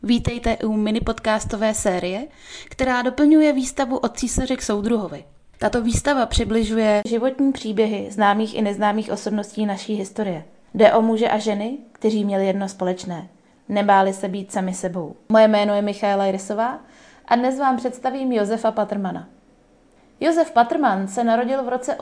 Vítejte u minipodcastové série, která doplňuje výstavu od císaře k soudruhovi. Tato výstava přibližuje životní příběhy známých i neznámých osobností naší historie. Jde o muže a ženy, kteří měli jedno společné. Nebáli se být sami sebou. Moje jméno je Michaela Jrisová a dnes vám představím Josefa Patrmana. Josef Patrman se narodil v roce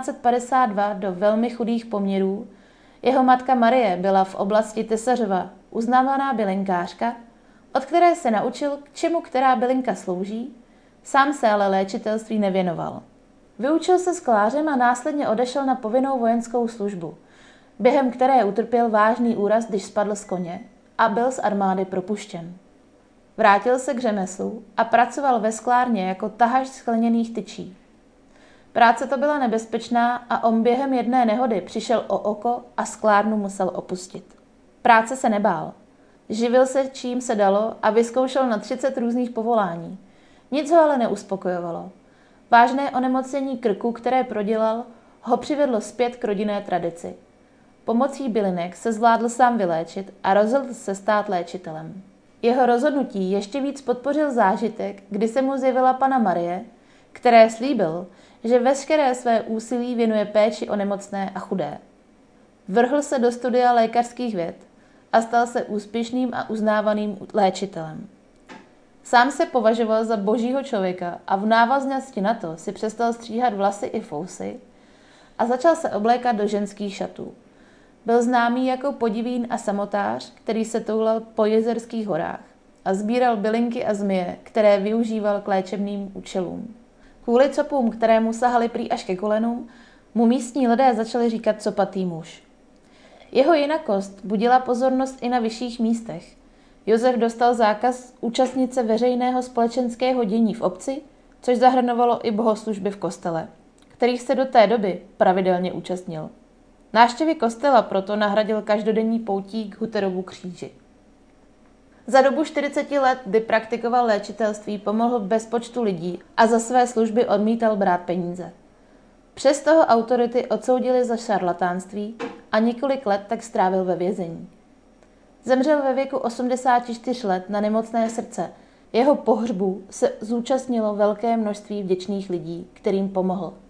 1852 do velmi chudých poměrů. Jeho matka Marie byla v oblasti Tesařova uznávaná bylinkářka, od které se naučil, k čemu která bylinka slouží, sám se ale léčitelství nevěnoval. Vyučil se sklářem a následně odešel na povinnou vojenskou službu, během které utrpěl vážný úraz, když spadl z koně a byl z armády propuštěn. Vrátil se k řemeslu a pracoval ve sklárně jako tahač skleněných tyčí. Práce to byla nebezpečná a on během jedné nehody přišel o oko a sklárnu musel opustit. Práce se nebál. Živil se čím se dalo a vyzkoušel na 30 různých povolání. Nic ho ale neuspokojovalo. Vážné onemocnění krku, které prodělal, ho přivedlo zpět k rodinné tradici. Pomocí bylinek se zvládl sám vyléčit a rozhodl se stát léčitelem. Jeho rozhodnutí ještě víc podpořil zážitek, kdy se mu zjevila Panna Marie, které slíbil, že veškeré své úsilí věnuje péči o nemocné a chudé. Vrhl se do studia lékařských věd a stal se úspěšným a uznávaným léčitelem. Sám se považoval za božího člověka a v návaznosti na to si přestal stříhat vlasy i fousy a začal se oblékat do ženských šatů. Byl známý jako podivín a samotář, který se toulal po jezerských horách a sbíral bylinky a zmije, které využíval k léčebným účelům. Kvůli copům, které mu sahaly prý až ke kolenům, mu místní lidé začali říkat copatý muž. Jeho jinakost budila pozornost i na vyšších místech. Josef dostal zákaz účastnit se veřejného společenského dění v obci, což zahrnovalo i bohoslužby v kostele, kterých se do té doby pravidelně účastnil. Návštěvy kostela proto nahradil každodenní poutí k Huterovu kříži. Za dobu 40 let, kdy praktikoval léčitelství, pomohl bezpočtu lidí a za své služby odmítal brát peníze. Přesto ho autority odsoudily za šarlatánství a několik let tak strávil ve vězení. Zemřel ve věku 84 let na nemocné srdce. Jeho pohřbu se zúčastnilo velké množství vděčných lidí, kterým pomohl.